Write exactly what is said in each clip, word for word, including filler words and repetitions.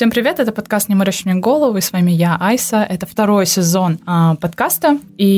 Всем привет, это подкаст «Не морочь мне голову», и с вами я, Айса. Это второй сезон а, подкаста,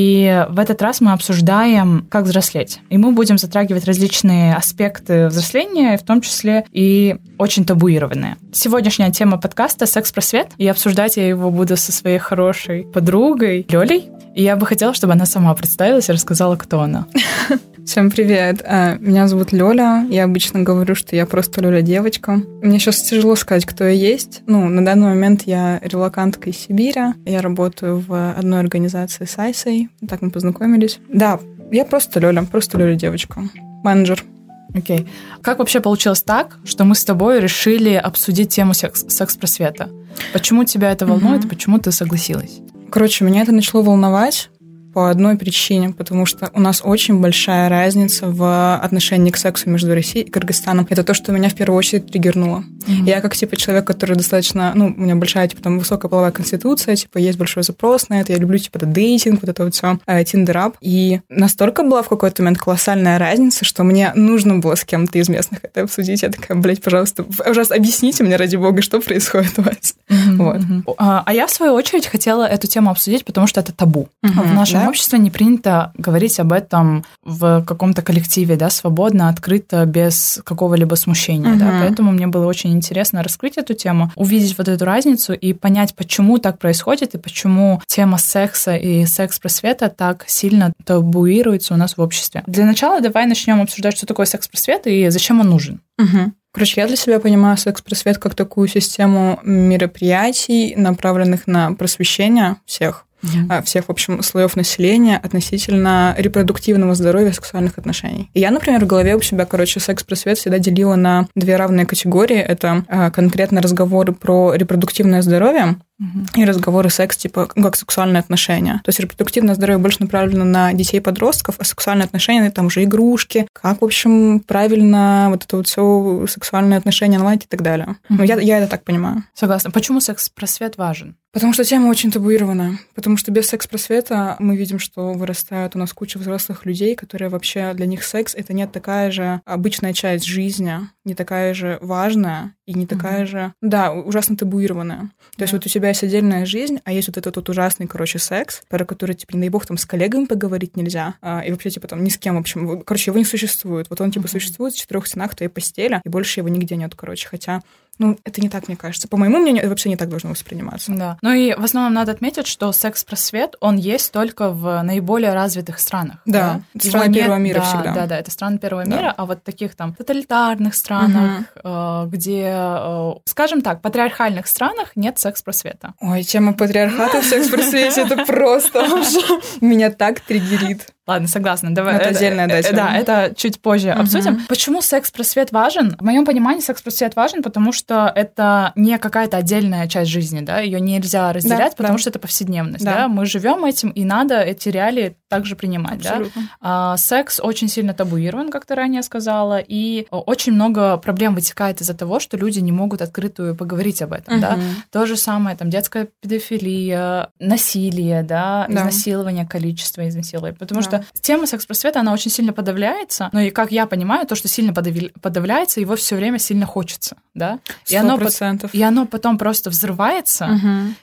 и в этот раз мы обсуждаем, как взрослеть. И мы будем затрагивать различные аспекты взросления, в том числе и очень табуированные. Сегодняшняя тема подкаста — секс-просвет, и обсуждать я его буду со своей хорошей подругой Лёлей. И я бы хотела, чтобы она сама представилась и рассказала, кто она. Всем привет. Меня зовут Лёля. Я обычно говорю, что я просто Лёля-девочка. Мне сейчас тяжело сказать, кто я есть. Ну, на данный момент я релокантка из Сибири. Я работаю в одной организации с Айсой. Так мы познакомились. Да, я просто Лёля, просто Лёля-девочка. Менеджер. Окей. Okay. Как вообще получилось так, что мы с тобой решили обсудить тему секс- секс-просвета? Почему тебя это волнует, mm-hmm. почему ты согласилась? Короче, меня это начало волновать по одной причине, потому что у нас очень большая разница в отношении к сексу между Россией и Кыргызстаном. Это то, что меня в первую очередь триггернуло. Mm-hmm. Я как, типа, человек, который достаточно... Ну, у меня большая, типа, там, высокая половая конституция, типа, есть большой запрос на это, я люблю, типа, дейдинг, вот это вот все, тиндер-ап. И настолько была в какой-то момент колоссальная разница, что мне нужно было с кем-то из местных это обсудить. Я такая, блядь, пожалуйста, пожалуйста, объясните мне, ради бога, что происходит у вас. Mm-hmm. Вот. Mm-hmm. А, а я, в свою очередь, хотела эту тему обсудить, потому что это табу. Mm-hmm. В нашем да? В обществе не принято говорить об этом в каком-то коллективе, да, свободно, открыто, без какого-либо смущения, uh-huh. да, поэтому мне было очень интересно раскрыть эту тему, увидеть вот эту разницу и понять, почему так происходит и почему тема секса и секс-просвета так сильно табуируется у нас в обществе. Для начала давай начнем обсуждать, что такое секс-просвет и зачем он нужен. Uh-huh. Короче, я для себя понимаю секс-просвет как такую систему мероприятий, направленных на просвещение всех, Mm-hmm. всех, в общем, слоев населения относительно репродуктивного здоровья и сексуальных отношений. И я, например, в голове у себя, короче, секс-просвет всегда делила на две равные категории. Это а, конкретно разговоры про репродуктивное здоровье mm-hmm. и разговоры секс, типа, как сексуальные отношения. То есть репродуктивное здоровье больше направлено на детей-подростков, а сексуальные отношения, там уже игрушки, как, в общем, правильно вот это вот все сексуальные отношения наладить и так далее. Mm-hmm. Ну, я, я это так понимаю. Согласна. Почему секс-просвет важен? Потому что тема очень табуированная. Потому что без секс-просвета мы видим, что вырастает у нас куча взрослых людей, которые вообще для них секс — это не такая же обычная часть жизни, не такая же важная и не такая mm-hmm. же, да, ужасно табуированная. То есть yeah. вот у тебя есть отдельная жизнь, а есть вот этот вот ужасный, короче, секс, про который, типа, не дай бог, там с коллегами поговорить нельзя, а, и вообще, типа, там ни с кем, в общем, короче, его не существует. Вот он, типа, mm-hmm. существует в четырех стенах в твоей постели, и больше его нигде нет, короче, хотя... Ну, это не так, мне кажется. По моему мнению, это вообще не так должно восприниматься. Да. Ну и в основном надо отметить, что секс-просвет, он есть только в наиболее развитых странах. Да, да? страны нет, первого мира да, всегда. Да, да, это страны первого да. мира, а вот таких там тоталитарных странах, угу. где, скажем так, патриархальных странах нет секс-просвета. Ой, тема патриархата в секс-просвете, это просто меня так триггерит. Ладно, согласна. Давай. Это отдельная да, тема. Да, это чуть позже uh-huh. обсудим. Почему секс-просвет важен? В моем понимании секс-просвет важен, потому что это не какая-то отдельная часть жизни, да, ее нельзя разделять, да, потому да. что это повседневность, да. да. Мы живем этим, и надо эти реалии также принимать, абсолютно. Да. А, секс очень сильно табуирован, как ты ранее сказала, и очень много проблем вытекает из-за того, что люди не могут открыто поговорить об этом, uh-huh. да. То же самое, там, детская педофилия, насилие, да, да. изнасилование, количество изнасилований, потому да. что тема секс-просвета, она очень сильно подавляется, но и, как я понимаю, то, что сильно подавляется, его все время сильно хочется, да? И оно, и оно потом просто взрывается угу.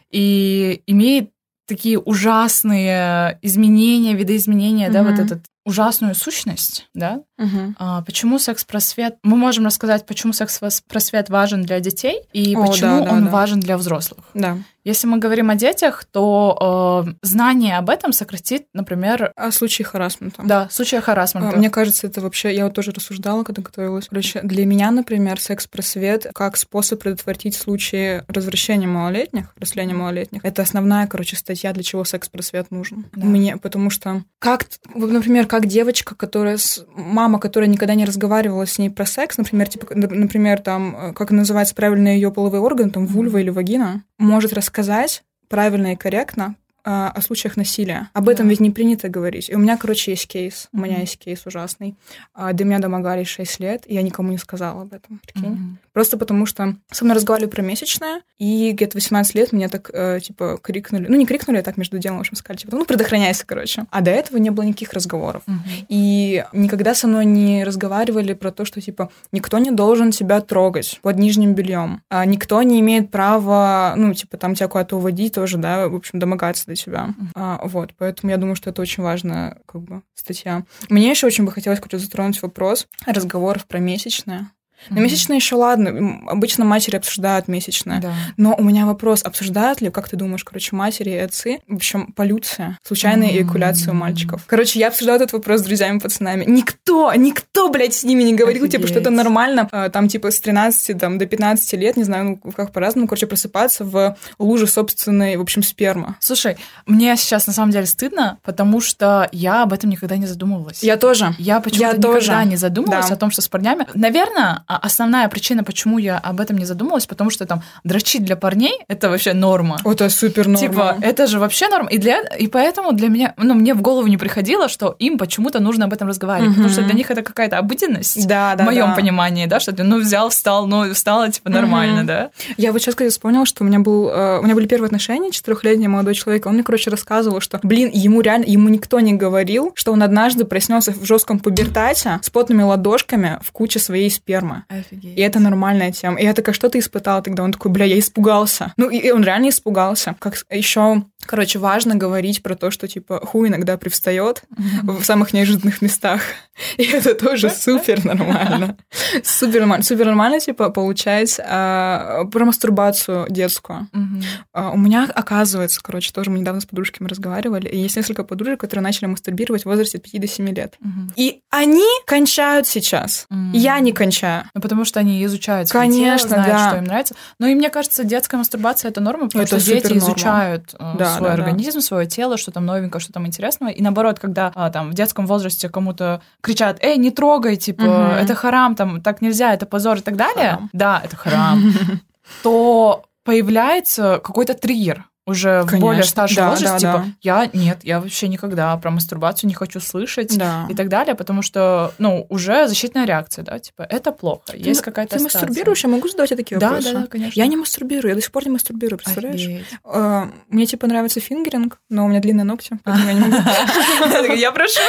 и имеет такие ужасные изменения, видоизменения, угу. да, вот этот ужасную сущность, да? Угу. А, почему секс-просвет... Мы можем рассказать, почему секс-просвет важен для детей и О, почему да, да, он да. важен для взрослых. Да. Если мы говорим о детях, то э, знание об этом сократит, например... О случае харассмента. Да, случае харассмента. Мне кажется, это вообще... Я вот тоже рассуждала, когда готовилась. Короче, для меня, например, секс-просвет как способ предотвратить случаи развращения малолетних, растления малолетних. Это основная, короче, статья, для чего секс-просвет нужен. Да. Мне, потому что как, например, как девочка, которая... Мама, которая никогда не разговаривала с ней про секс, например, типа, например, там, как называется правильно ее половой орган, там, вульва или вагина, может рассказать правильно и корректно а, о случаях насилия. Об этом да. ведь не принято говорить. И у меня, короче, есть кейс. Mm-hmm. У меня есть кейс ужасный. А, до меня домогались шесть лет, и я никому не сказала об этом. Прикинь? Mm-hmm. Просто потому что со мной разговаривали про месячное, и где-то восемнадцать лет меня так, э, типа, крикнули. Ну, не крикнули, а так между делом, в общем, сказали, типа, ну, предохраняйся, короче. А до этого не было никаких разговоров. Mm-hmm. И никогда со мной не разговаривали про то, что, типа, никто не должен тебя трогать под нижним бельем. А никто не имеет права, ну, типа, там тебя куда-то уводить тоже, да, в общем, домогаться до тебя. Mm-hmm. А, вот, поэтому я думаю, что это очень важная, как бы, статья. Мне еще очень бы хотелось хоть затронуть вопрос разговоров про месячное. Но mm-hmm. месячные еще ладно, обычно матери обсуждают месячное. Да. Но у меня вопрос, обсуждают ли, как ты думаешь, короче, матери и отцы, в общем, полюция, случайная mm-hmm. эякуляция у мальчиков? Короче, я обсуждала этот вопрос с друзьями-пацанами. Никто, никто, блядь, с ними не говорил, Офигеть. Типа, что это нормально, там, типа, с тринадцати там, до пятнадцати лет, не знаю, ну, как по-разному, короче, просыпаться в луже собственной, в общем, спермы. Слушай, мне сейчас на самом деле стыдно, потому что я об этом никогда не задумывалась. Я тоже. Я почему-то я никогда тоже. не задумывалась да. о том, что с парнями... Наверное, основная причина, почему я об этом не задумалась, потому что там дрочить для парней — это вообще норма. Это супер норма. Типа, это же вообще норма. И, для... и поэтому для меня... Ну, мне в голову не приходило, что им почему-то нужно об этом разговаривать, угу. потому что для них это какая-то обыденность, да, да, в моем да. понимании, да, что ты, ну, взял, встал, ну, встала, типа, нормально, угу. да. Я вот сейчас, кстати, вспомнила, что у меня был... Э, у меня были первые отношения, четырехлетний молодой человек, он мне, короче, рассказывал, что, блин, ему реально, ему никто не говорил, что он однажды проснется в жестком пубертате с потными ладошками в куче своей спермы. Офигеть. И это нормальная тема. И я такая, что ты испытала тогда? Он такой, бля, я испугался. Ну, и, и он реально испугался. Как еще, короче, важно говорить про то, что, типа, хуй иногда привстает mm-hmm. в самых неожиданных местах. И это тоже супер нормально. Супер нормально. Супер нормально, типа, получать а, про мастурбацию детскую. Mm-hmm. А, у меня, оказывается, короче, тоже мы недавно с подружками разговаривали, и есть несколько подружек, которые начали мастурбировать в возрасте от пяти до семи лет. Mm-hmm. И они кончают сейчас. Mm-hmm. Я не кончаю. Ну, потому что они изучают свое Конечно, тело, знают, да. что им нравится. Но и мне кажется, детская мастурбация — это норма, потому это что дети норма. изучают да, свой да, организм, да. свое тело, что там новенькое, что там интересного. И наоборот, когда а, там в детском возрасте кому-то кричат: «Эй, не трогай, типа, угу. это харам, там, так нельзя, это позор» и так далее. Харам. Да, это харам. То появляется какой-то триггер. Уже Конечно, в более старшем да, возрасте, да, типа, да. я, нет, я вообще никогда про мастурбацию не хочу слышать да. и так далее, потому что, ну, уже защитная реакция, да, типа, это плохо, ты, есть какая-то Ты ассоциация. Мастурбируешь? Я могу задать тебе такие да, вопросы? Да, да, конечно. Я не мастурбирую, я до сих пор не мастурбирую, представляешь? Uh, мне, типа, нравится фингеринг, но у меня длинные ногти, поэтому я не могу. Я прошу.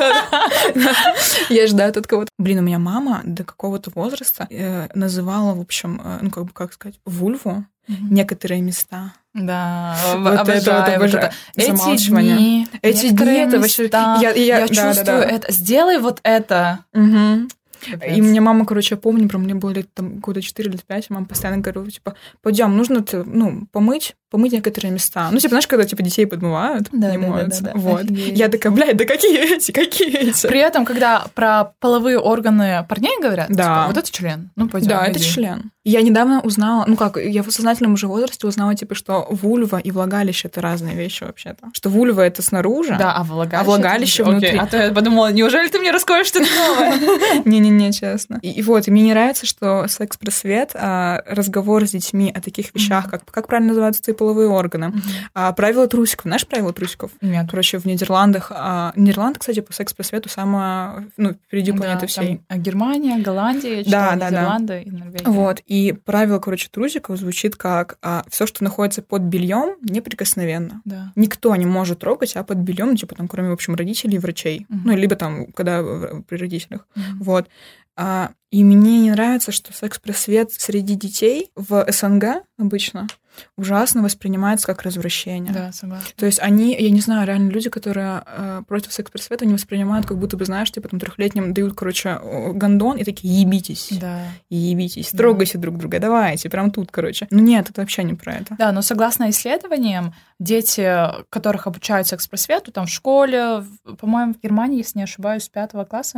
Я ждаю от кого-то. Блин, у меня мама до какого-то возраста называла, в общем, ну, как бы, как сказать, вульву, некоторые места. Да, вот обожаю, это вот обожаю. Вот это. Эти дни, эти дни, это вообще... Я, я, я да, чувствую да, да. это. Сделай вот это. Угу. И мне мама, короче, я помню, про мне было лет там года четыре или пять, мама постоянно говорила, типа, пойдем, нужно, ну, помыть, помыть некоторые места. Ну, типа, знаешь, когда, типа, детей подмывают, да, не да, моются. Да, да, да. Вот. Офигеть. Я такая, блядь, да какие эти, какие эти? При этом, когда про половые органы парней говорят, да. типа, вот это член, ну, пойдем. Да, иди. это член. Я недавно узнала, ну как, я в сознательном уже возрасте узнала, типа, что вульва и влагалище — это разные вещи вообще-то. Что вульва — это снаружи, да, а влагалище, а влагалище это... внутри. Окей. А то я подумала, неужели ты мне раскроешь что-то новое? Не-не-не, честно. И вот, и мне не нравится, что секс-просвет, разговор с детьми о таких вещах, как, как правильно называются твои половые органы, правила трусиков. Знаешь правила трусиков? Нет. Короче, в Нидерландах... Нидерланды, кстати, по секс-просвету самая, ну, впереди планеты всей. Германия, Голландия, Нидерланды и Норвегия. Вот. И правило, короче, трусиков звучит как а, все, что находится под бельем, неприкосновенно. Да. Никто не может трогать, а под бельем, типа там, кроме, в общем, родителей и врачей. Uh-huh. Ну, либо там, когда при родителях. Uh-huh. Вот. А, и мне не нравится, что секс-просвет среди детей в СНГ обычно ужасно воспринимается как развращение. Да, согласна. То есть они, я не знаю, реально люди, которые э, против секс-просвета, не воспринимают, как будто бы, знаешь, типа там трехлетним дают, короче, гондон и такие: ебитесь, да. ебитесь, трогайте да. друг друга, давайте, прям тут, короче. Ну нет, это вообще не про это. Да, но согласно исследованиям, дети, которых обучают секс-просвету, там в школе, по-моему, в Германии, если не ошибаюсь, с пятого класса,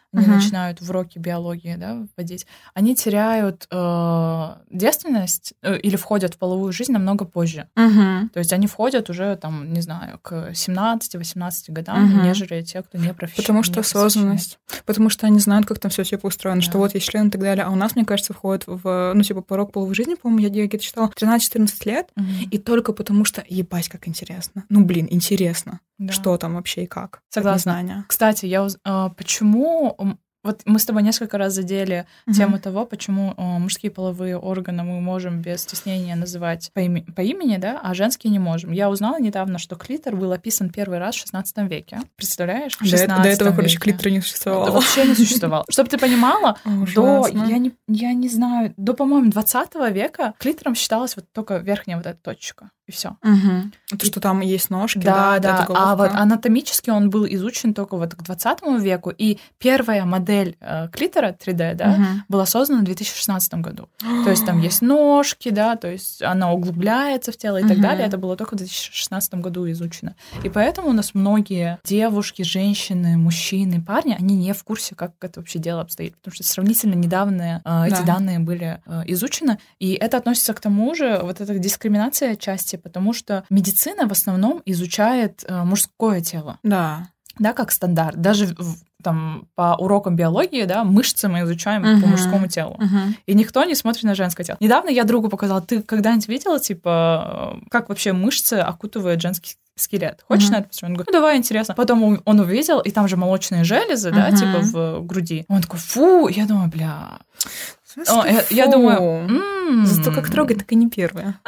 они uh-huh. начинают в уроки биологии, да, вводить, они теряют э, девственность э, или входят в половую жизнь намного позже. Uh-huh. То есть они входят уже, там, не знаю, к семнадцати-восемнадцати годам, uh-huh. нежели те, кто не профессионал. Потому что осознанность. Потому что они знают, как там все типа устроено, да. что вот есть член и так далее. А у нас, мне кажется, входит в, ну, типа, порог половой жизни, по-моему, я где-то читала, тринадцать-четырнадцать лет, uh-huh. и только потому что, ебать, как интересно. Ну, блин, интересно. Да. Что там вообще и как. Согласна. Кстати, я а, почему... Вот мы с тобой несколько раз задели uh-huh. тему того, почему э, мужские половые органы мы можем без стеснения называть по, име- по имени, да, а женские не можем. Я узнала недавно, что клитор был описан первый раз в шестнадцатом веке. Представляешь? В шестнадцатом до, до этого, веке. короче, клитора не существовало. Это вообще не существовало. Чтобы ты понимала, до, я не, я не знаю, до, по-моему, двадцатого века клитором считалась вот только верхняя вот эта точка. И все. Угу. Это что там есть ножки, да, да, да. А вот анатомически он был изучен только вот к двадцатому веку, и первая модель э, клитора три дэ, да, угу. была создана в две тысячи шестнадцатом году. То есть там есть ножки, да, то есть она углубляется в тело и угу. так далее. Это было только в две тысячи шестнадцатом году изучено. И поэтому у нас многие девушки, женщины, мужчины, парни, они не в курсе, как это вообще дело обстоит, потому что сравнительно недавно э, эти да. данные были э, изучены, и это относится к тому же, вот эта дискриминация части, потому что медицина в основном изучает э, мужское тело. Да. Да, как стандарт. Даже в, там по урокам биологии, да, мышцы мы изучаем uh-huh. по мужскому телу. Uh-huh. И никто не смотрит на женское тело. Недавно я другу показала, ты когда-нибудь видела, типа, как вообще мышцы окутывают женский скелет? Хочешь uh-huh. на это посмотреть? Он говорит, ну давай, интересно. Потом он увидел, и там же молочные железы, uh-huh. да, типа в груди. Он такой, фу, я думаю, бля... О, я, я думаю, м-м-м. Зато как трогать, так и не первая.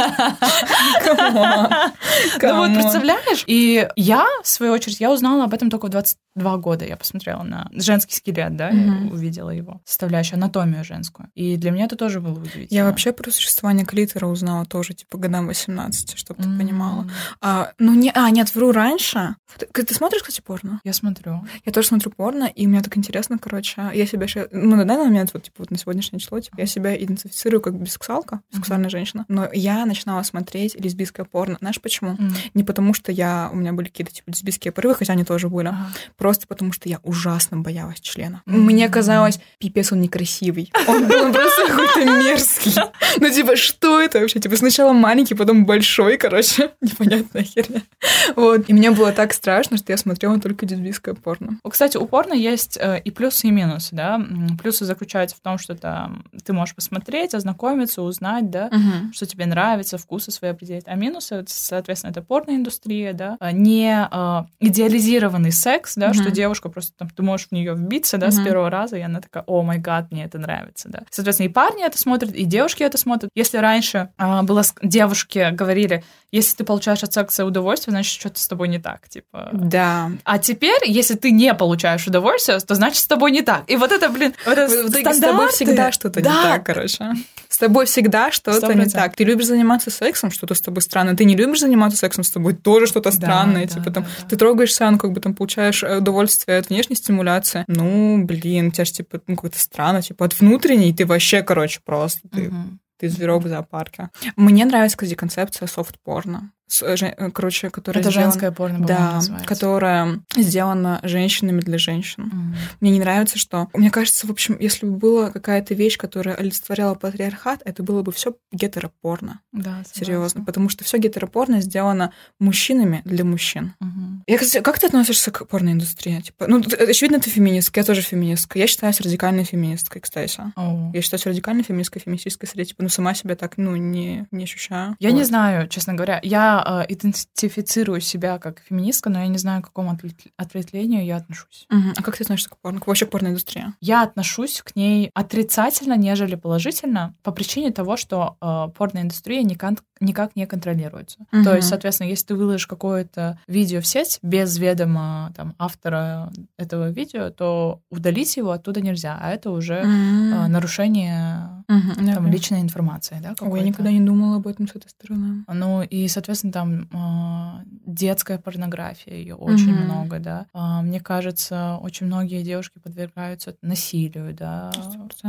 Ну вот, представляешь? И я, в свою очередь, я узнала об этом только в двадцать два года. Я посмотрела на женский скелет, да, я увидела его, составляющую анатомию женскую. И для меня это тоже было удивительно. Я вообще про существование клитора узнала тоже, типа, годам восемнадцати, чтобы ты понимала. Ну, не, а, нет, вру, раньше. Ты смотришь, кстати, порно? Я смотрю. Я тоже смотрю порно, и мне так интересно, короче, я себя... Ну, на данный момент, вот, типа, вот на сегодняшнее число, типа, я себя идентифицирую как бисексуалка, бисексуальная mm-hmm. женщина, но я начинала смотреть лесбийское порно. Знаешь почему? Mm-hmm. Не потому, что я, у меня были какие-то, типа, лесбийские порывы, хотя они тоже были, uh-huh. просто потому, что я ужасно боялась члена. Mm-hmm. Мне казалось, пипец, он некрасивый. Он был просто какой-то мерзкий. Ну, типа, что это вообще? Типа, сначала маленький, потом большой, короче, непонятная херня. Вот. И мне было так страшно, что я смотрела только лесбийское порно. Кстати, у порно есть и плюсы, и минусы, да. Плюсы заключаются в том, что там ты можешь посмотреть, ознакомиться, узнать, да, uh-huh. что тебе нравится, вкусы свои определить. А минусы, соответственно, это порноиндустрия, да, не э, идеализированный секс, да, uh-huh. что девушка просто там, ты можешь в нее вбиться, да, uh-huh. с первого раза, и она такая, о май гад, мне это нравится, да. Соответственно, и парни это смотрят, и девушки это смотрят. Если раньше э, было, девушки говорили, если ты получаешь от секса удовольствие, значит, что-то с тобой не так, типа. Да. А теперь, если ты не получаешь удовольствие, то значит, с тобой не так. И вот это, блин, вот это стандарты. С тобой всегда что-то да. не так, короче. С тобой всегда что-то сто процентов не так. Ты любишь заниматься сексом, что-то с тобой странное. Ты не любишь заниматься сексом, с тобой тоже что-то странное. Да, типа да, там да, ты да. трогаешься, ну, как бы там получаешь удовольствие от внешней стимуляции. Ну, блин, у тебя же типа ну, как-то странно, типа от внутренней ты вообще, короче, просто ты, угу. ты зверок в зоопарке. Мне нравится, кстати, концепция софт-порно. Короче, которая это сделана, женское порно, да, называется. Которая сделана женщинами для женщин. Mm. Мне не нравится, что... Мне кажется, в общем, если бы была какая-то вещь, которая олицетворяла патриархат, это было бы все гетеропорно. Да, серьезно. Потому что все гетеропорно сделано мужчинами для мужчин. Mm-hmm. Я, кстати, как ты относишься к порноиндустрии? Типа, ну, очевидно, ты феминистка, я тоже феминистка. Я считаюсь радикальной феминисткой, кстати. Oh. Я считаюсь радикальной феминисткой, феминистической среде. Типа, ну, сама себя так, ну, не, не ощущаю. Я вот. не знаю, честно говоря. Я идентифицирую себя как феминистка, но я не знаю, к какому ответвлению я отношусь. Uh-huh. А как ты относишься к порно? Вообще к порноиндустрии? Я отношусь к ней отрицательно, нежели положительно, по причине того, что э, порноиндустрия никак, никак не контролируется. Uh-huh. То есть, соответственно, если ты выложишь какое-то видео в сеть без ведома там, автора этого видео, то удалить его оттуда нельзя, а это уже uh-huh. э, нарушение uh-huh. там, uh-huh. личной информации. Да, Ой, я никогда не думала об этом с этой стороны. Ну и, соответственно, там э, детская порнография, ее очень mm-hmm. много, да. Э, мне кажется, очень многие девушки подвергаются насилию, да. сто процентов.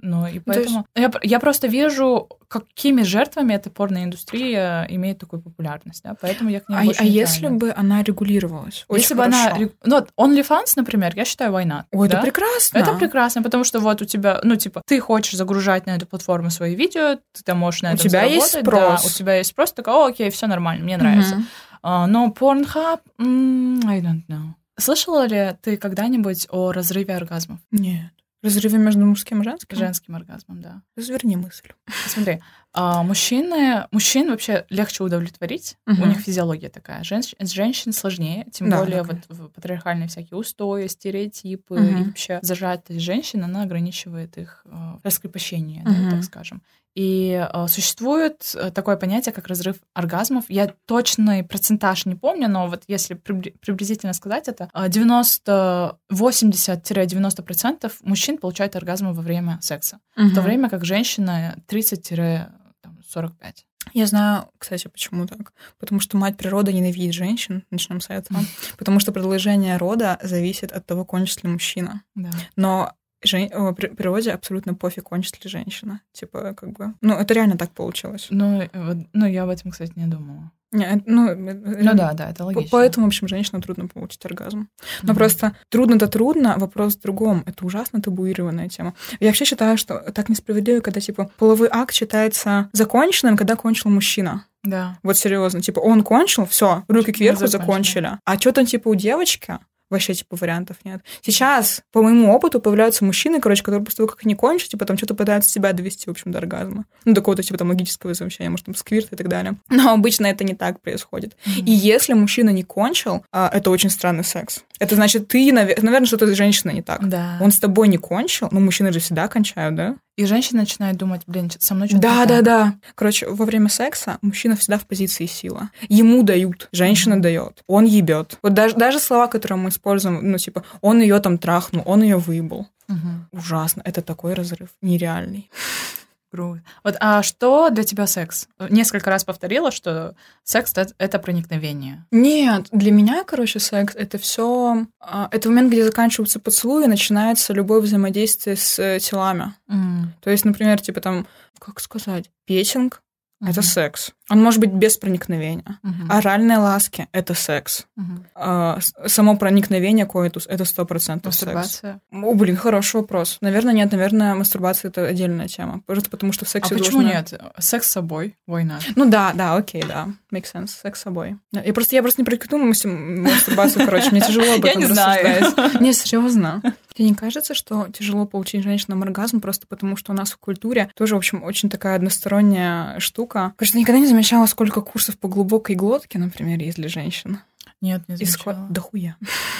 Ну, и поэтому... Есть... Я, я просто вижу, какими жертвами эта порноиндустрия имеет такую популярность, да, поэтому я к ней а, больше а не если знаю. бы она регулировалась? Очень если хорошо. бы она... Ну, OnlyFans, например, я считаю, why not? Ой, да? это прекрасно. Это прекрасно, потому что вот у тебя, ну, типа, ты хочешь загружать на эту платформу свои видео, ты там можешь на у этом тебя заработать. Есть спрос. Да, у тебя есть спрос, такой, о, окей, все нормально, мне нравится. Mm-hmm. Uh, но Pornhub, mm, I don't know. Слышала ли ты когда-нибудь о разрыве оргазмов? Нет. Разрыве между мужским и женским? Женским оргазмом, да. Разверни мысль. Смотри, а, мужчины, мужчин вообще легче удовлетворить, uh-huh. у них физиология такая. Женщ, женщин сложнее, тем да, более вот в патриархальные всякие устои, стереотипы uh-huh. и вообще зажатость женщин, она ограничивает их э, раскрепощение, uh-huh. да, так скажем. И э, существует такое понятие, как разрыв оргазмов. Я точный процентаж не помню, но вот если приблизительно сказать это, девяносто, восемьдесят-девяносто процентов мужчин получают оргазмы во время секса, uh-huh. в то время как женщина тридцать-сорок пять. Я знаю, кстати, почему так. Потому что мать природа ненавидит женщин, начнем с этого. Mm. Потому что продолжение рода зависит от того, кончит ли мужчина. Да. Но жен... природе абсолютно пофиг, кончит ли женщина. Типа, как бы... Ну, это реально так получилось. Ну, ну я об этом, кстати, не думала. Не, ну, ну да, да, это логично. Поэтому, в общем, женщинам трудно получить оргазм. Но mm-hmm. просто трудно-то трудно, вопрос в другом. Это ужасно табуированная тема. Я вообще считаю, что так несправедливо, когда, типа, половой акт считается законченным, когда кончил мужчина. Да. Вот серьезно, типа, он кончил, все, руки кверху, закончили. А что там, типа, у девочки... Вообще, типа, вариантов нет. Сейчас, по моему опыту, появляются мужчины, короче, которые после того, как они кончат, типа, там что-то пытаются себя довести, в общем, до оргазма. Ну, до какого-то, типа, там, магического замещения, может, там, сквирт и так далее. Но обычно это не так происходит. Mm-hmm. И если мужчина не кончил, это очень странный секс. Это значит, ты, наверное, что-то с женщиной не так. Да. Он с тобой не кончил, но мужчины же всегда кончают, да? И женщина начинает думать, блин, со мной что-то да, не да, так. да. Короче, во время секса мужчина всегда в позиции силы. Ему дают, женщина mm-hmm. дает, он ебет. Вот даже, даже слова, которые мы используем, ну, типа, он ее там трахнул, он ее выебал. Mm-hmm. Ужасно. Это такой разрыв нереальный. Вот, а что для тебя секс? Несколько раз повторила, что секс — это проникновение. Нет, для меня, короче, секс — это все. Это момент, где заканчиваются поцелуи, начинается любое взаимодействие с телами. Mm. То есть, например, типа там, как сказать, петинг — Uh-huh. это секс. Он может быть без проникновения. Uh-huh. Оральные ласки — это секс. Uh-huh. А, само проникновение коитус — это сто процентов секс. Мастурбация? О, блин, хороший вопрос. Наверное, нет. Наверное, мастурбация — это отдельная тема. Просто потому что в сексе А почему должна... нет? Секс с собой? Why not? Ну да, да, окей, да. Make sense. Секс с собой. Я просто, я просто не практикую мастурбацию, короче. Мне тяжело об этом рассуждать. Не, серьезно. Тебе не кажется, что тяжело получить женщинам оргазм просто потому, что у нас в культуре тоже, в общем, очень такая односторонняя штука? Кажется, никогда не замечала, сколько курсов по глубокой глотке, например, есть для женщин. Нет, не замечала. Сколько... Да хуя.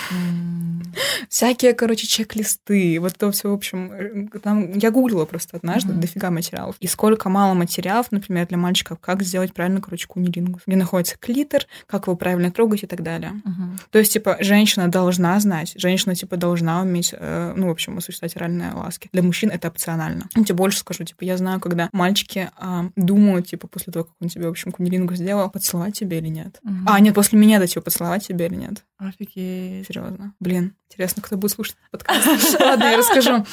Mm. Всякие, короче, чек-листы. Вот то все, в общем... Там... Я гуглила просто однажды, mm-hmm. дофига материалов. И сколько мало материалов, например, для мальчиков, как сделать правильно, короче, кунилингус. Где находится клитор, как его правильно трогать и так далее. Mm-hmm. То есть, типа, женщина должна знать, женщина, типа, должна уметь, э, ну, в общем, осуществлять оральные ласки. Для мужчин это опционально. Я тебе больше скажу, типа, я знаю, когда мальчики э, думают, типа, после того, как он тебе, в общем, кунилингус сделал, поцеловать тебе или нет. Mm-hmm. А, нет, после меня, да, типа, поцеловать тебе или нет. Офигеть. Серьезно. Блин, интересно, кто будет слушать подкаст. Ладно, я расскажу.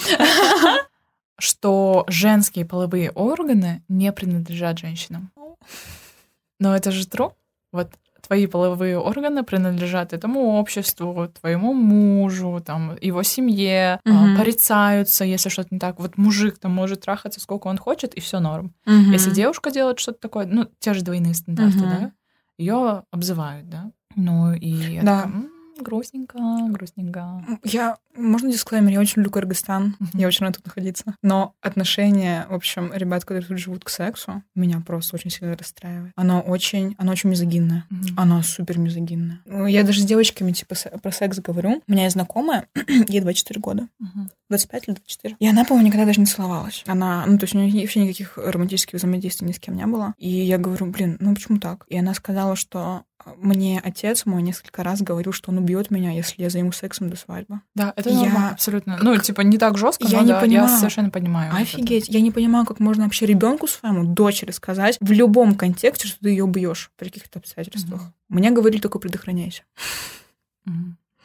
Что женские половые органы не принадлежат женщинам. Но это же true. Вот твои половые органы принадлежат этому обществу, твоему мужу, там, его семье, mm-hmm. порицаются, если что-то не так. Вот мужик там может трахаться сколько он хочет, и все норм. Mm-hmm. Если девушка делает что-то такое, ну, те же двойные стандарты, mm-hmm. да, ее обзывают, да. Ну, и я да. такая, грустненько, грустненько. Я, можно дисклеймер, я очень люблю Кыргызстан, uh-huh. я очень рада тут находиться. Но отношение, в общем, ребят, которые тут живут к сексу, меня просто очень сильно расстраивает. Оно очень, оно очень мизогинное. Uh-huh. Оно супер мизогинное. Я даже с девочками, типа, про секс говорю. У меня есть знакомая, ей двадцать четыре года. Uh-huh. двадцать пять или двадцать четыре. И она, по-моему, никогда даже не целовалась. Она, ну, то есть у нее вообще никаких романтических взаимодействий ни с кем не было. И я говорю, блин, ну почему так? И она сказала, что мне отец мой несколько раз говорил, что он убьет меня, если я займусь сексом до свадьбы. Да, это нормально, я... абсолютно. Ну, типа, не так жестко, я но не да, понимаю. Я совершенно понимаю. Офигеть, я не понимаю, как можно вообще ребенку своему, дочери сказать в любом контексте, что ты ее убьешь при каких-то обстоятельствах. Mm-hmm. Мне говорили только предохраняйся. Mm-hmm.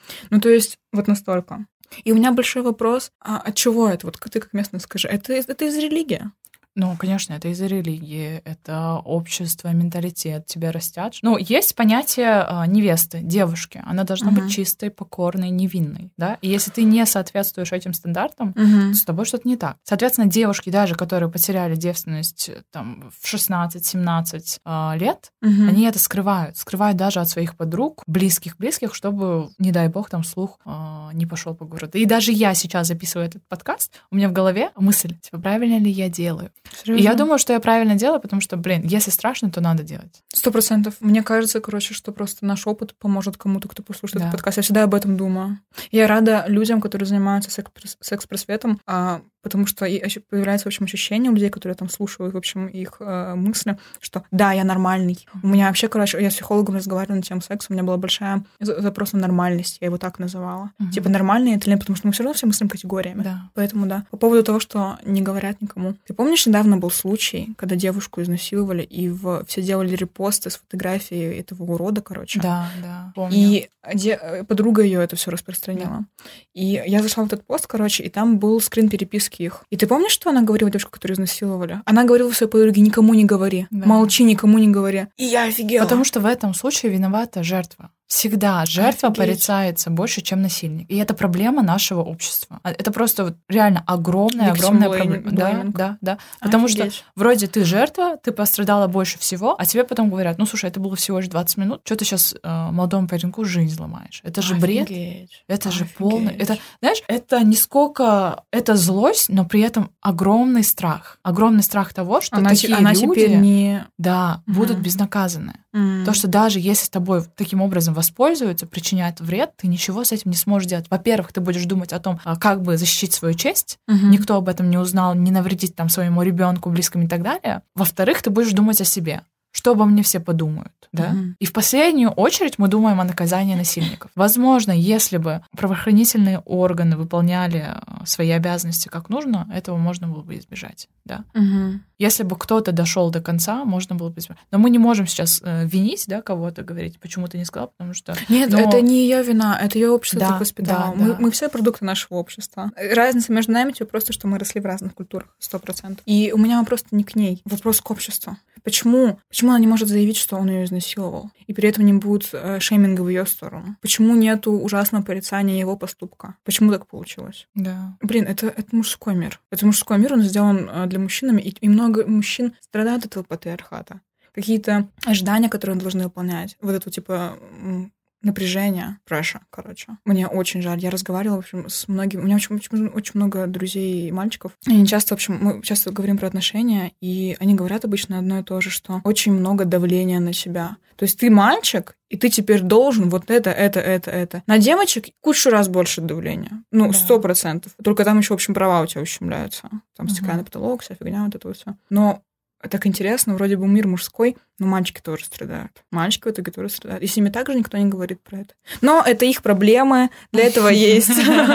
Ну, то есть вот настолько. И у меня большой вопрос, а от чего это? Вот ты как местный скажи, это, это из религии? Ну, конечно, это из-за религии, это общество, менталитет, тебя растят. Ну, есть понятие э, невесты, девушки. Она должна uh-huh. быть чистой, покорной, невинной, да? И если ты не соответствуешь этим стандартам, uh-huh. то с тобой что-то не так. Соответственно, девушки, даже которые потеряли девственность там, в шестнадцать-семнадцать э, лет, uh-huh. они это скрывают. Скрывают даже от своих подруг, близких-близких, чтобы, не дай бог, там слух э, не пошел по городу. И даже я сейчас записываю этот подкаст, у меня в голове мысль, типа, правильно ли я делаю? Серьезно? И я думаю, что я правильно делаю, потому что, блин, если страшно, то надо делать. Сто процентов. Мне кажется, короче, что просто наш опыт поможет кому-то, кто послушает да. этот подкаст. Я всегда об этом думаю. Я рада людям, которые занимаются секс-просветом, а, потому что появляется, в общем, ощущение у людей, которые там слушают, в общем, их э, мысли, что да, я нормальный. У меня вообще, короче, я с психологом разговаривала на тему секса, у меня была большая запрос на нормальность, я его так называла. Mm-hmm. Типа нормальный это ли, потому что мы все равно все мыслим категориями. Да. Поэтому да. По поводу того, что не говорят никому. Ты помнишь, недавно был случай, когда девушку изнасиловали, и в... все делали репосты с фотографией этого урода, короче. Да, да, помню. И де... подруга ее это все распространила. Да. И я зашла в этот пост, короче, и там был скрин переписки их. И ты помнишь, что она говорила девушке, которую изнасиловали? Она говорила своей подруге: никому не говори, да. молчи, никому не говори. И я офигела. Потому что в этом случае виновата жертва. Всегда жертва Офигеть. порицается больше, чем насильник. И это проблема нашего общества. Это просто вот реально огромная, огромная проблема. Да, да, да. Потому Офигеть. что вроде ты жертва, ты пострадала больше всего, а тебе потом говорят: ну, слушай, это было всего лишь двадцать минут, что ты сейчас э, молодому пареньку жизнь ломаешь? Это же Офигеть. бред. Это Офигеть. же полный... Это, знаешь, это не сколько... Это злость, но при этом огромный страх. Огромный страх того, что она такие она люди... теперь не... Да, угу. будут безнаказаны. Mm. То, что даже если с тобой таким образом воспользуются, причиняют вред, ты ничего с этим не сможешь делать. Во-первых, ты будешь думать о том, как бы защитить свою честь, mm-hmm. никто об этом не узнал, не навредить там своему ребенку, близким и так далее. Во-вторых, ты будешь думать о себе. Что обо мне все подумают, да? Mm-hmm. И в последнюю очередь мы думаем о наказании насильников. Возможно, если бы правоохранительные органы выполняли свои обязанности как нужно, этого можно было бы избежать, да? Mm-hmm. Если бы кто-то дошел до конца, можно было бы избежать. Но мы не можем сейчас э, винить, да, кого-то, говорить, почему ты не сказал, потому что... Нет, но... это не ее вина, это ее общество да, так воспитало. да, мы, да. мы все продукты нашего общества. Разница между нами типа просто, что мы росли в разных культурах, сто процентов. И у меня вопрос не к ней, вопрос к обществу. Почему? Почему она не может заявить, что он ее изнасиловал, и при этом не будет э, шейминга в ее сторону? Почему нету ужасного порицания его поступка? Почему так получилось? Да. Блин, это, это мужской мир. Это мужской мир, он сделан э, для мужчин, и, и много мужчин страдают от этого патриархата. Какие-то ожидания, которые должны выполнять. Вот это типа напряжение, pressure, короче. Мне очень жаль. Я разговаривала, в общем, с многими... У меня очень, очень, очень много друзей и мальчиков. И они часто, в общем, мы часто говорим про отношения, и они говорят обычно одно и то же, что очень много давления на себя. То есть ты мальчик, и ты теперь должен вот это, это, это, это. На девочек кучу раз больше давления. Ну, сто процентов. Только там еще, в общем, права у тебя ущемляются. Там стеклянный uh-huh. потолок, вся фигня, вот это вот все. Но так интересно, вроде бы мир мужской, но мальчики тоже страдают. Мальчики в итоге тоже страдают. И с ними также никто не говорит про это. Но это их проблемы, для этого есть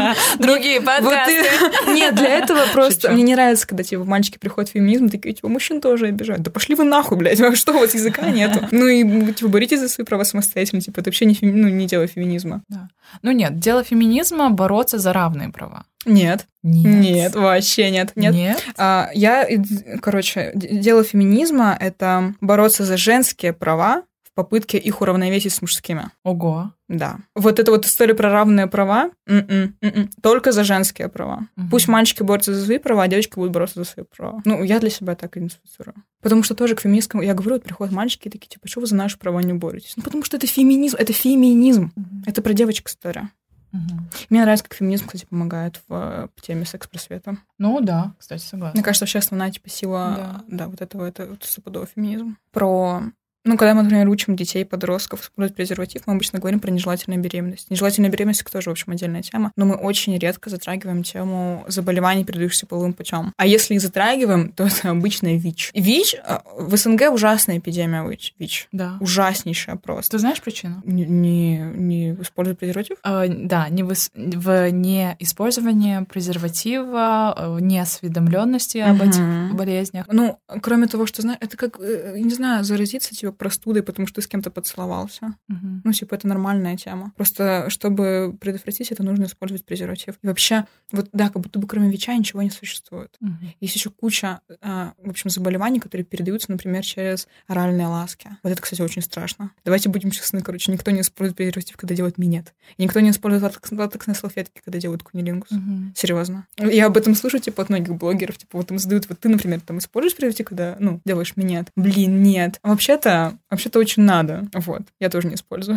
другие подкасты. Нет, для этого просто... Мне не нравится, когда типа мальчики приходят в феминизм, такие, типа, мужчин тоже обижают. Да пошли вы нахуй, блядь, что у вас языка нету? Ну и типа боритесь за свои права самостоятельно, типа, это вообще не дело феминизма. Ну нет, дело феминизма — бороться за равные права. Нет. Нет. Нет, вообще нет. Нет. Нет? А, я, короче, дело феминизма — это бороться за женские права в попытке их уравновесить с мужскими. Ого. Да. Вот эта вот история про равные права м-м, м-м, только за женские права. Угу. Пусть мальчики борются за свои права, а девочки будут бороться за свои права. Ну, я для себя так идентифицирую. Потому что тоже к феминисткам, я говорю, вот приходят мальчики и такие, типа, что вы за наши права не боретесь? Ну, потому что это феминизм, это феминизм. Угу. Это про девочек история. Угу. Мне нравится, как феминизм, кстати, помогает в, в теме секс-просвета. Ну да, кстати, согласна. Мне кажется, вообще основная типа сила, да, да вот этого, это вот стопудовый феминизм. Про... Ну, когда мы, например, учим детей, подростков использовать презерватив, мы обычно говорим про нежелательную беременность. Нежелательная беременность тоже, в общем, отдельная тема, но мы очень редко затрагиваем тему заболеваний, передающихся половым путем. А если их затрагиваем, то это обычно ВИЧ. ВИЧ, в СНГ ужасная эпидемия ВИЧ. Да. Ужаснейшая просто. Ты знаешь причину? Не, не, не использовать презерватив? А, да, не в, в неиспользовании презерватива, неосведомленности об uh-huh. этих болезнях. Ну, кроме того, что, знаешь, это как, не знаю, заразиться, типа, простудой, потому что ты с кем-то поцеловался. Угу. Ну, типа, это нормальная тема. Просто, чтобы предотвратить это, нужно использовать презерватив. И вообще, вот, да, как будто бы кроме ВИЧа ничего не существует. Угу. Есть еще куча, в общем, заболеваний, которые передаются, например, через оральные ласки. Вот это, кстати, очень страшно. Давайте будем честны, короче, никто не использует презерватив, когда делает минет. И никто не использует латекс, латексные салфетки, когда делают кунилингус. Угу. Серьезно. Я об этом слышу, типа, от многих блогеров. Типа, вот им задают, вот ты, например, там используешь презерватив, когда, ну, делаешь минет? Блин, нет. А вообще-то, вообще-то очень надо. Вот. Я тоже не использую.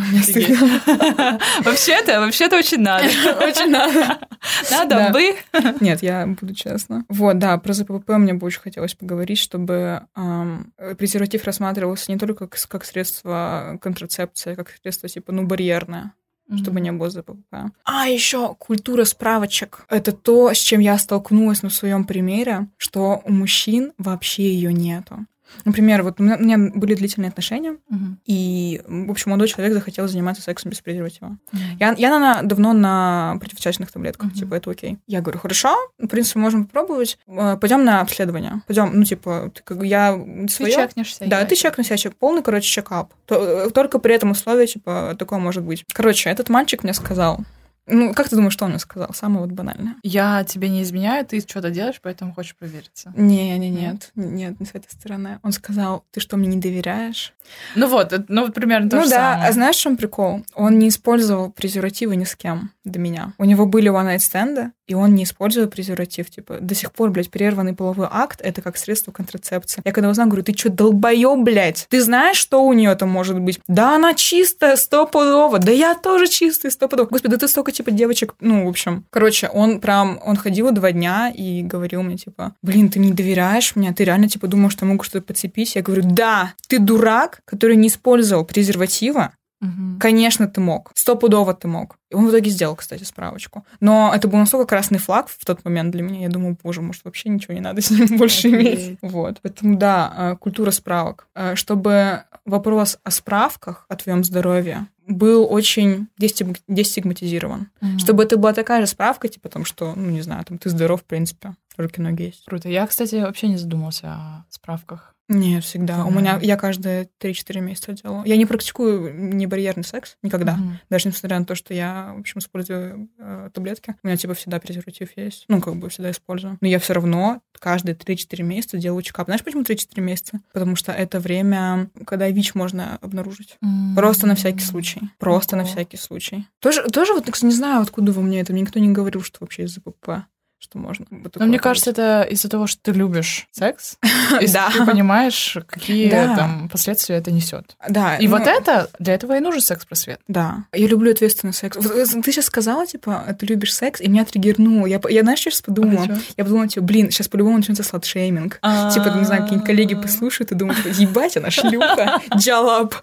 Вообще-то, вообще-то очень надо. Очень надо. Надо бы. Нет, я буду честна. Вот, да, про ЗПП мне бы очень хотелось поговорить, чтобы презерватив рассматривался не только как средство контрацепции, как средство, типа, ну, барьерное, mm-hmm. чтобы не было ЗПП. А еще культура справочек. Это то, с чем я столкнулась на своем примере, что у мужчин вообще ее нету. Например, вот у меня были длительные отношения, uh-huh. и, в общем, молодой человек захотел заниматься сексом без презерватива. Uh-huh. Я, я на, давно на противозачаточных таблетках, uh-huh. типа, это окей. Я говорю, хорошо, в принципе, можем попробовать. Пойдем на обследование. Пойдем, ну, типа, ты, как, я своё... Ты чекнешься. Да, ты чекнешься, чек, полный, короче, чекап. Только при этом условии, типа, такое может быть. Короче, этот мальчик мне сказал... Ну, как ты думаешь, что он мне сказал? Самое вот банальное. Я тебе не изменяю, ты что-то делаешь, поэтому хочешь провериться. Не, не, нет, нет, не с этой стороны. Он сказал, ты что, мне не доверяешь? Ну вот, ну вот примерно то ну же да, самое. А знаешь, в чем прикол? Он не использовал презервативы ни с кем до меня. У него были one-night-стенды, и он не использовал презерватив. Типа, до сих пор, блядь, прерванный половой акт — это как средство контрацепции. Я когда узнала, говорю, ты что, долбоёб, блядь? Ты знаешь, что у нее там может быть? Да она чистая, стопудово. Да я тоже чистый, стопудово. Господи, да ты столько, типа, девочек... Ну, в общем... Короче, он прям... Он ходил два дня и говорил мне, типа, блин, ты не доверяешь мне? Ты реально, типа, думал, что я могу что-то подцепить? Я говорю, да, ты дурак, который не использовал презерватива. Угу. Конечно, ты мог. Стопудово ты мог. И он в итоге сделал, кстати, справочку. Но это был настолько красный флаг в тот момент для меня. Я думаю, боже, может, вообще ничего не надо с ним больше okay. иметь. Вот. Поэтому, да, культура справок. Чтобы вопрос о справках, о твоем здоровье был очень дестигматизирован. Mm-hmm. Чтобы это была такая же справка, типа, там, что, ну, не знаю, там, ты здоров, в принципе, руки-ноги есть. Круто. Я, кстати, вообще не задумался о справках. Нет, всегда. Mm-hmm. У меня я каждые три-четыре месяца делала. Я не практикую небарьерный секс никогда. Mm-hmm. Даже несмотря на то, что я, в общем, использую э, таблетки. У меня, типа, всегда презерватив есть. Ну, как бы всегда использую. Но я все равно каждые три-четыре месяца делаю чекап. Знаешь, почему три-четыре месяца? Потому что это время, когда ВИЧ можно обнаружить. Mm-hmm. Просто на всякий случай. Просто mm-hmm. на всякий случай. Тоже, тоже вот, не знаю, откуда во мне это. Мне никто не говорил, что вообще из ЗПП. Что можно. Но мне кажется, это из-за того, что ты любишь секс, и ты понимаешь, какие там последствия это несет. Да. И вот это, для этого и нужен секс-просвет. Да. Я люблю ответственный секс. Ты сейчас сказала, типа, ты любишь секс, и меня триггернуло. Я, знаешь, что я сейчас подумала? Я подумала, типа, блин, сейчас по-любому начнется слат-шейминг. Типа, не знаю, какие-нибудь коллеги послушают и думают, ебать, она шлюха, джалап.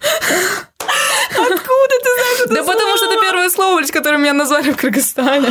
Откуда ты знаешь это слово? Да потому что это первое слово, которое меня назвали в Кыргызстане.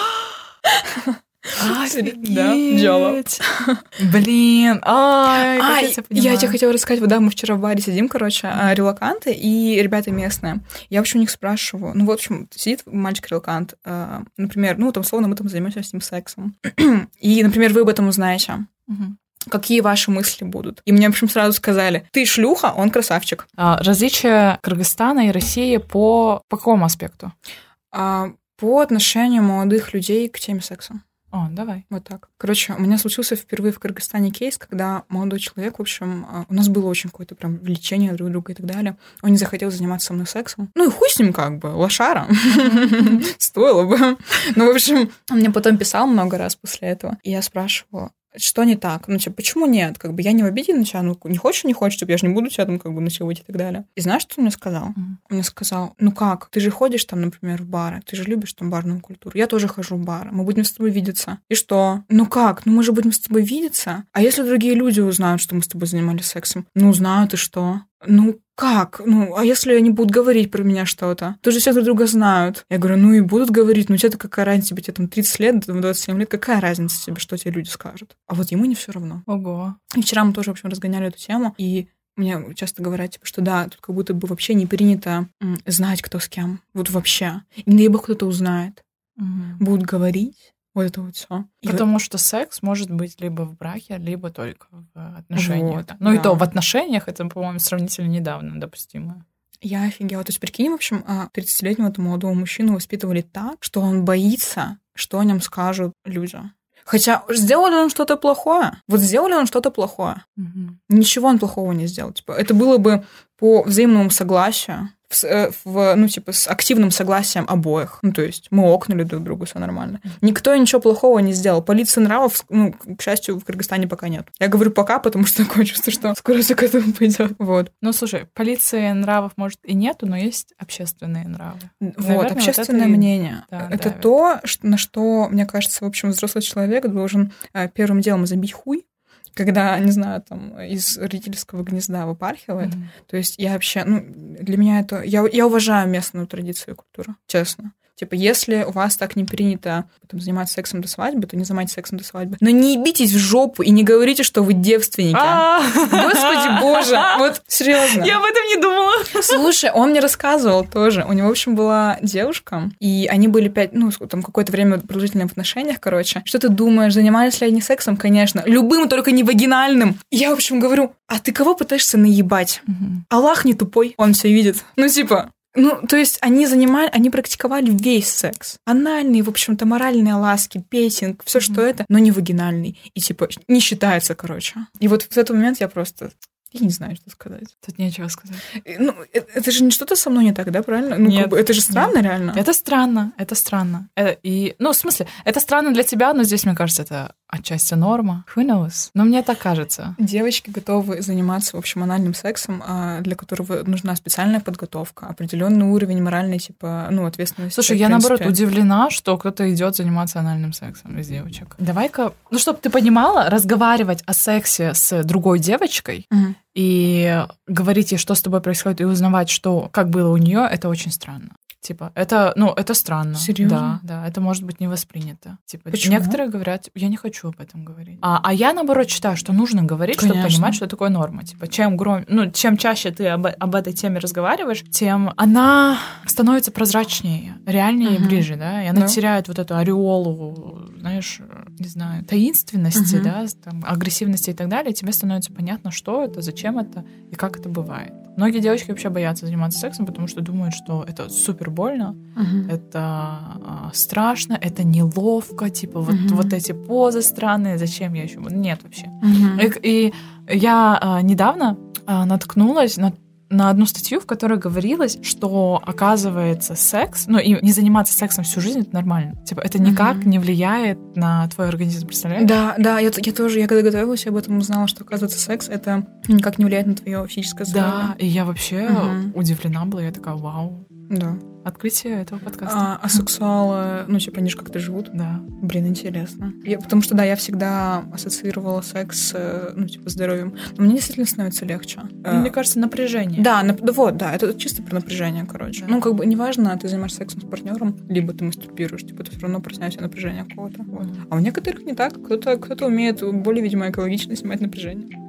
Офигеть. Да, джалап. Блин, ай, а, я, я тебе хотела рассказать, вот да, мы вчера в баре сидим, короче, mm-hmm. релаканты и ребята местные. Я вообще у них спрашиваю, ну вот, в общем, сидит мальчик-релакант, э, например, ну, там, словно мы там займемся с ним сексом. И, например, вы об этом узнаете. Mm-hmm. Какие ваши мысли будут? И мне, в общем, сразу сказали, ты шлюха, он красавчик. А, различия Кыргызстана и России по, по какому аспекту? А, по отношению молодых людей к теме секса. О, давай. Вот так. Короче, у меня случился впервые в Кыргызстане кейс, когда молодой человек, в общем, у нас было очень какое-то прям влечение друг друга и так далее. Он не захотел заниматься со мной сексом. Ну и хуй с ним как бы, лошара. Стоило бы. Ну, в общем, он мне потом писал много раз после этого. И я спрашивала, что не так? Ну, типа, почему нет? Как бы я не в обиде на тебя, ну, не хочешь, не хочешь, типа, я же не буду тебя там как бы насиловать и так далее. И знаешь, что он мне сказал? Mm-hmm. Он мне сказал, ну как, ты же ходишь там, например, в бары, ты же любишь там барную культуру. Я тоже хожу в бары, мы будем с тобой видеться. И что? Ну как? Ну мы же будем с тобой видеться. А если другие люди узнают, что мы с тобой занимались сексом? Ну, узнают, и что? Ну, как? Ну, а если они будут говорить про меня что-то? То же все друг друга знают. Я говорю, ну и будут говорить, ну тебе-то какая разница, тебе там тридцать лет, двадцать семь лет, какая разница тебе, что тебе люди скажут? А вот ему не все равно. Ого. И вчера мы тоже, в общем, разгоняли эту тему, и мне часто говорят, типа, что да, тут как будто бы вообще не принято м, знать, кто с кем. Вот вообще. И не дай бог кто-то узнает. Угу. Будут говорить. Вот это вот все. Потому вот... что секс может быть либо в браке, либо только в отношениях. Вот, да. Ну да. и то в отношениях это, по-моему, сравнительно недавно допустимо. Я офигела. То есть, прикинь, в общем, тридцатилетнего этого молодого мужчину воспитывали так, что он боится, что о нем скажут люди. Хотя сделали он что-то плохое. Вот сделали он что-то плохое. Угу. Ничего он плохого не сделал. Типа, это было бы по взаимному согласию, в, в, ну, типа, с активным согласием обоих. Ну, то есть мы окнули друг другу, все нормально. Никто ничего плохого не сделал. Полиции нравов, ну, к счастью, в Кыргызстане пока нет. Я говорю пока, потому что такое чувство, что скоро все к этому пойдет. Вот. Ну, слушай, полиции нравов, может, и нету, но есть общественные нравы. Вот, Наверное, общественное вот это мнение. И... Да, это давит. то, что, на что, мне кажется, в общем, взрослый человек должен а, первым делом забить хуй, когда, не знаю, там, из родительского гнезда выпархивает. Mm-hmm. То есть я вообще, ну, для меня это... Я, я уважаю местную традицию и культуру, честно. Типа, если у вас так не принято там, заниматься сексом до свадьбы, то не занимайтесь сексом до свадьбы. Но не ебитесь в жопу и не говорите, что вы девственники. Господи боже, вот серьезно. Я об этом не думала. Слушай, он мне рассказывал тоже. У него, в общем, была девушка, и они были пять, ну, там, какое-то время продолжительно в отношениях, короче. Что ты думаешь, занимались ли они сексом? Конечно. Любым, только не вагинальным. Я, в общем, говорю, а ты кого пытаешься наебать? Аллах не тупой, он все видит. Ну, типа... Ну, то есть они занимали, они практиковали весь секс. Анальный, в общем-то, моральные ласки, петинг, все, mm-hmm. что это, но не вагинальный. И, типа, не считается, короче. И вот в этот момент я просто... Я не знаю, что сказать. Тут нечего сказать. Ну, это, это же не что-то со мной не так, да, правильно? Ну, нет, как бы, это же странно, нет. реально. Это странно, это странно. Это, и, ну, в смысле, это странно для тебя, но здесь, мне кажется, это отчасти норма. Who knows? Но мне так кажется. Девочки готовы заниматься, в общем, анальным сексом, для которого нужна специальная подготовка, определенный уровень моральной, типа, ну, ответственности. Слушай, я, наоборот, удивлена, что кто-то идет заниматься анальным сексом из девочек. Давай-ка, ну, чтобы ты понимала, разговаривать о сексе с другой девочкой, угу. и говорить ей, что с тобой происходит, и узнавать, что, как было у нее, это очень странно. Типа, это, ну, это странно. Серьезно? Да, да, это может быть не воспринято. Типа, почему? Некоторые говорят, я не хочу об этом говорить. А, а я, наоборот, считаю, что нужно говорить, Конечно. Чтобы понимать, что такое норма. Типа, чем гром... ну, чем чаще ты об, об этой теме разговариваешь, тем она становится прозрачнее, реальнее uh-huh. и ближе, да, и она да. теряет вот эту ореолу, знаешь, не знаю, таинственности, uh-huh. да, там, агрессивности и так далее, и тебе становится понятно, что это, зачем это и как это бывает. Многие девочки вообще боятся заниматься сексом, потому что думают, что это супер больно, uh-huh. это а, страшно, это неловко, типа вот, uh-huh. вот эти позы странные, зачем я еще... Нет вообще. Uh-huh. И, и я а, недавно а, наткнулась на на одну статью, в которой говорилось, что, оказывается, секс, ну, и не заниматься сексом всю жизнь, это нормально. Типа, это никак mm-hmm. не влияет на твой организм, представляешь? Да, да, я, я тоже, я когда готовилась, я об этом узнала, что, оказывается, секс, это никак не влияет на твое физическое здоровье. Да, и я вообще mm-hmm. удивлена была, я такая, вау. Да. Открытие этого подкаста. А, а сексуалы, ну, типа, они же как-то живут. Да. Блин, интересно. Я, потому что, да, я всегда ассоциировала секс, ну, типа, с здоровьем. Но мне действительно становится легче. Мне а, кажется, напряжение. Да, нап- да, вот, да, это чисто про напряжение, короче. Да. Ну, как бы, неважно, ты занимаешься сексом с партнером, либо ты мастурбируешь, типа, ты все равно просняешься напряжение какого-то. Вот. А у некоторых не так. Кто-то, кто-то умеет более, видимо, экологично снимать напряжение.